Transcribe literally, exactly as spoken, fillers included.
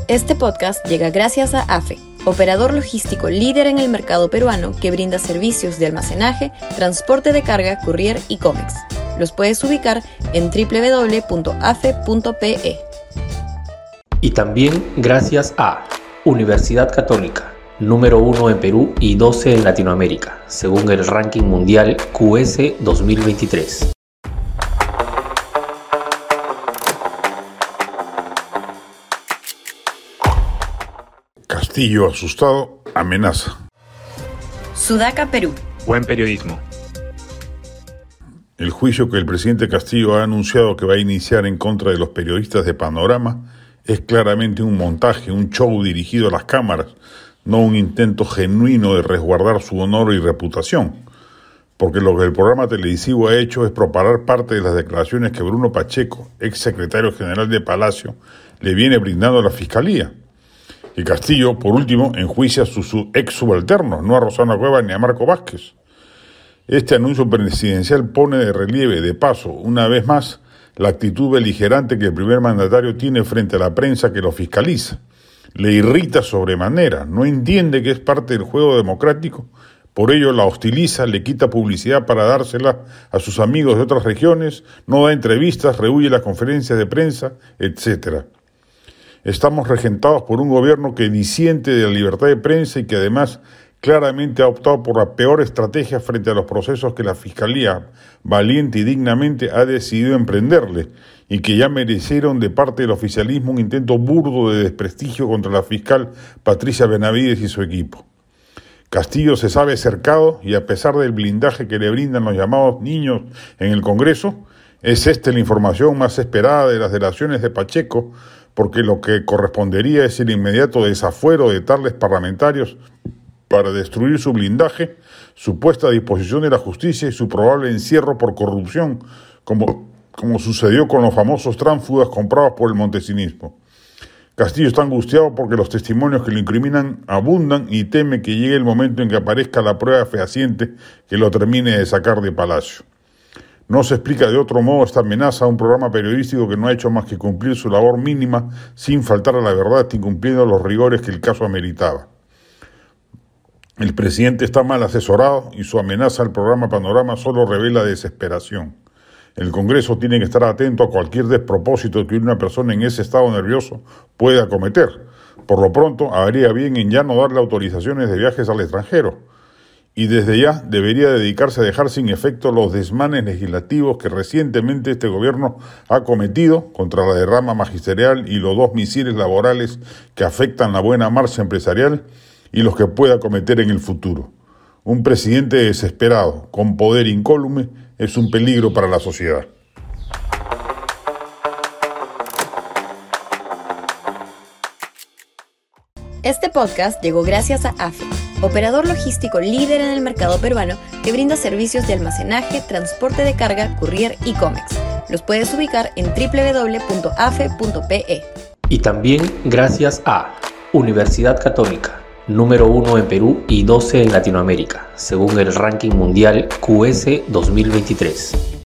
Este podcast llega gracias a AFE, operador logístico líder en el mercado peruano que brinda servicios de almacenaje, transporte de carga, courier y cómics. Los puedes ubicar en doble u doble u doble u punto a f e punto p e. Y también gracias a Universidad Católica, número uno en Perú y doce en Latinoamérica, según el ranking mundial Q S dos mil veintitrés. Castillo asustado, amenaza. Sudaca, Perú. Buen periodismo. El juicio que el presidente Castillo ha anunciado que va a iniciar en contra de los periodistas de Panorama es claramente un montaje, un show dirigido a las cámaras, no un intento genuino de resguardar su honor y reputación. Porque lo que el programa televisivo ha hecho es propagar parte de las declaraciones que Bruno Pacheco, ex secretario general de Palacio, le viene brindando a la Fiscalía. Y Castillo, por último, enjuicia a sus ex subalternos, no a Rosana Cuevas ni a Marco Vázquez. Este anuncio presidencial pone de relieve, de paso, una vez más, la actitud beligerante que el primer mandatario tiene frente a la prensa que lo fiscaliza. Le irrita sobremanera, no entiende que es parte del juego democrático, por ello la hostiliza, le quita publicidad para dársela a sus amigos de otras regiones, no da entrevistas, rehúye las conferencias de prensa, etcétera. Estamos regentados por un gobierno que disiente de la libertad de prensa y que además claramente ha optado por la peor estrategia frente a los procesos que la Fiscalía, valiente y dignamente, ha decidido emprenderle y que ya merecieron de parte del oficialismo un intento burdo de desprestigio contra la fiscal Patricia Benavides y su equipo. Castillo se sabe cercado y a pesar del blindaje que le brindan los llamados niños en el Congreso, es esta la información más esperada de las delaciones de Pacheco, porque lo que correspondería es el inmediato desafuero de tales parlamentarios para destruir su blindaje, su puesta a disposición de la justicia y su probable encierro por corrupción, como, como sucedió con los famosos tránsfugas comprados por el montesinismo. Castillo está angustiado porque los testimonios que lo incriminan abundan y teme que llegue el momento en que aparezca la prueba fehaciente que lo termine de sacar de Palacio. No se explica de otro modo esta amenaza a un programa periodístico que no ha hecho más que cumplir su labor mínima sin faltar a la verdad y cumpliendo los rigores que el caso ameritaba. El presidente está mal asesorado y su amenaza al programa Panorama solo revela desesperación. El Congreso tiene que estar atento a cualquier despropósito que una persona en ese estado nervioso pueda cometer. Por lo pronto, haría bien en ya no darle autorizaciones de viajes al extranjero. Y desde ya debería dedicarse a dejar sin efecto los desmanes legislativos que recientemente este gobierno ha cometido contra la derrama magisterial y los dos misiles laborales que afectan la buena marcha empresarial y los que pueda cometer en el futuro. Un presidente desesperado, con poder incólume, es un peligro para la sociedad. Este podcast llegó gracias a AFE, operador logístico líder en el mercado peruano que brinda servicios de almacenaje, transporte de carga, courier y cómics. Los puedes ubicar en doble u doble u doble u punto a f e punto p e. Y también gracias a Universidad Católica, número uno en Perú y doce en Latinoamérica, según el ranking mundial Q S dos mil veintitrés.